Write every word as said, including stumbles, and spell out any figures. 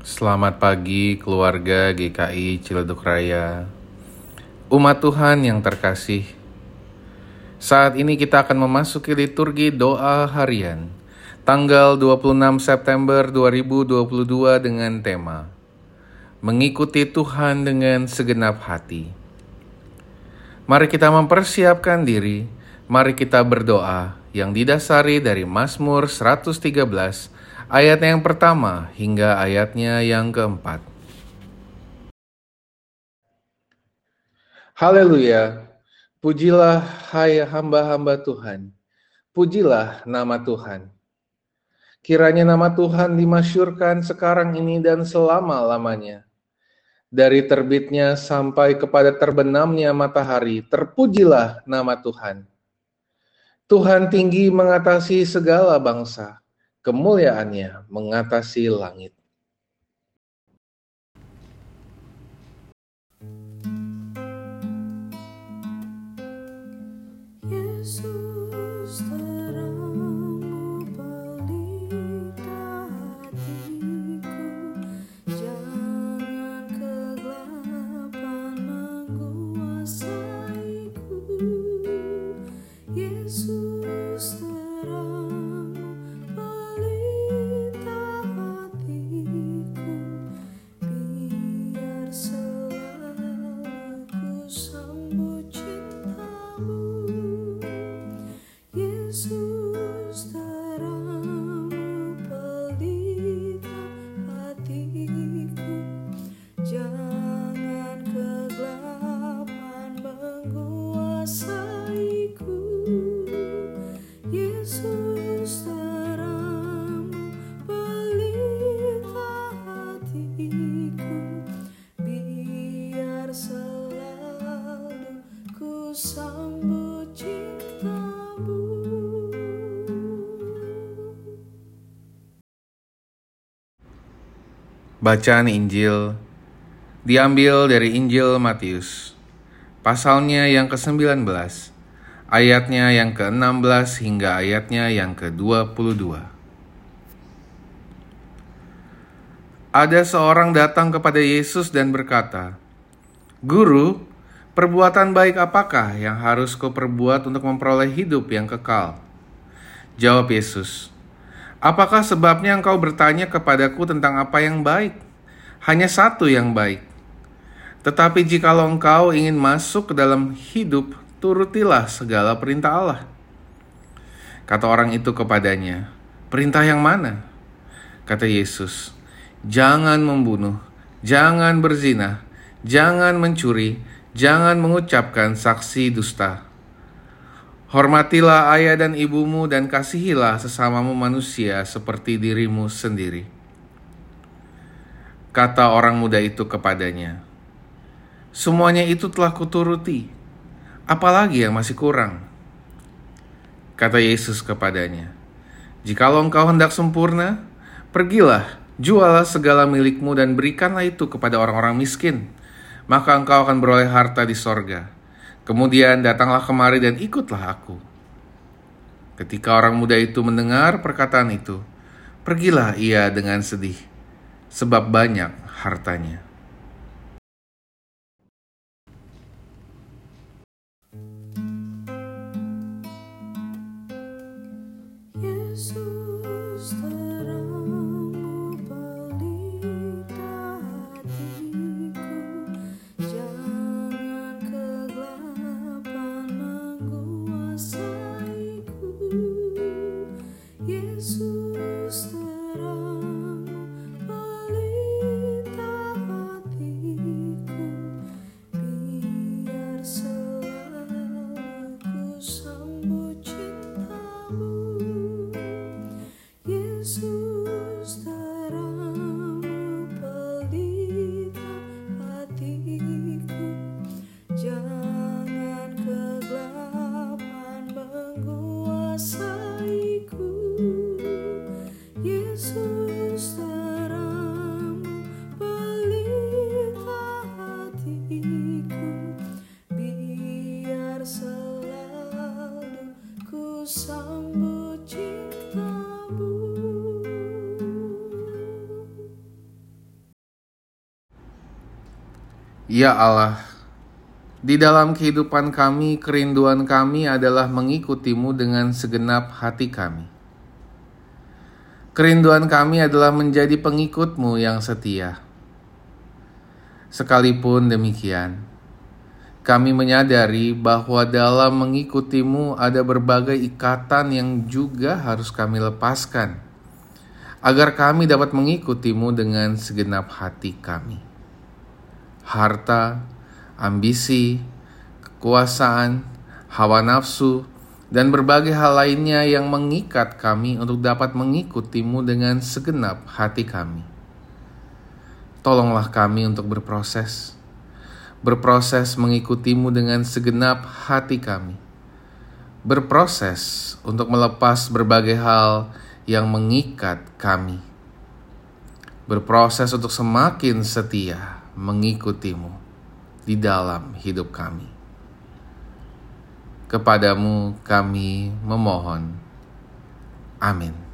Selamat pagi keluarga G K I Ciledug Raya. Umat Tuhan yang terkasih, saat ini kita akan memasuki liturgi doa harian tanggal dua puluh enam September dua ribu dua puluh dua dengan tema Mengikuti Tuhan dengan segenap hati. Mari kita mempersiapkan diri, mari kita berdoa yang didasari dari Mazmur seratus tiga belas ayatnya yang pertama hingga ayatnya yang keempat. Haleluya, pujilah hai hamba-hamba Tuhan, pujilah nama Tuhan. Kiranya nama Tuhan dimasyurkan sekarang ini dan selama-lamanya. Dari terbitnya sampai kepada terbenamnya matahari, terpujilah nama Tuhan. Tuhan tinggi mengatasi segala bangsa, kemuliaannya mengatasi langit. Yesus terangmu pelita hatiku, jangan kegelapan menguasaiku. Yesus terangmu pelita hatiku, biar selalu ku sambut cintamu. Yesus terangmu pelita hatiku, jangan kegelapan menguasaiku. Yesus terangmu pelita hatiku, biar selalu ku sambut cintamu. Bacaan Injil diambil dari Injil Matius, pasalnya yang ke-sembilan belas, ayatnya yang ke-enam belas hingga ayatnya yang ke-dua puluh dua. Ada seorang datang kepada Yesus dan berkata, "Guru, perbuatan baik apakah yang harus kau perbuat untuk memperoleh hidup yang kekal?" Jawab Yesus, "Apakah sebabnya engkau bertanya kepadaku tentang apa yang baik? Hanya satu yang baik. Tetapi jikalau engkau ingin masuk ke dalam hidup, turutilah segala perintah Allah." Kata orang itu kepadanya, "Perintah yang mana?" Kata Yesus, "Jangan membunuh, jangan berzina, jangan mencuri, jangan mengucapkan saksi dusta. Hormatilah ayah dan ibumu dan kasihilah sesamamu manusia seperti dirimu sendiri." Kata orang muda itu kepadanya, "Semuanya itu telah kuturuti. Apalagi yang masih kurang?" Kata Yesus kepadanya, "Jikalau engkau hendak sempurna, pergilah, jualah segala milikmu dan berikanlah itu kepada orang-orang miskin, maka engkau akan beroleh harta di sorga. Kemudian datanglah kemari dan ikutlah aku." Ketika orang muda itu mendengar perkataan itu, pergilah ia dengan sedih, sebab banyak hartanya. Yesus terangmu pelita hatiku, jangan kegelapan menguasaiku. Yesus terangmu pelita Ya Allah, di dalam kehidupan kami, kerinduan kami adalah mengikutimu dengan segenap hati kami. Kerinduan kami adalah menjadi pengikutmu yang setia. Sekalipun demikian, kami menyadari bahwa dalam mengikutimu ada berbagai ikatan yang juga harus kami lepaskan, agar kami dapat mengikutimu dengan segenap hati kami. Harta, ambisi, kekuasaan, hawa nafsu, dan berbagai hal lainnya yang mengikat kami untuk dapat mengikutimu dengan segenap hati kami. Tolonglah kami untuk berproses, berproses mengikutimu dengan segenap hati kami, berproses untuk melepas berbagai hal yang mengikat kami, berproses untuk semakin setia mengikutimu di dalam hidup kami. Kepadamu kami memohon. Amin.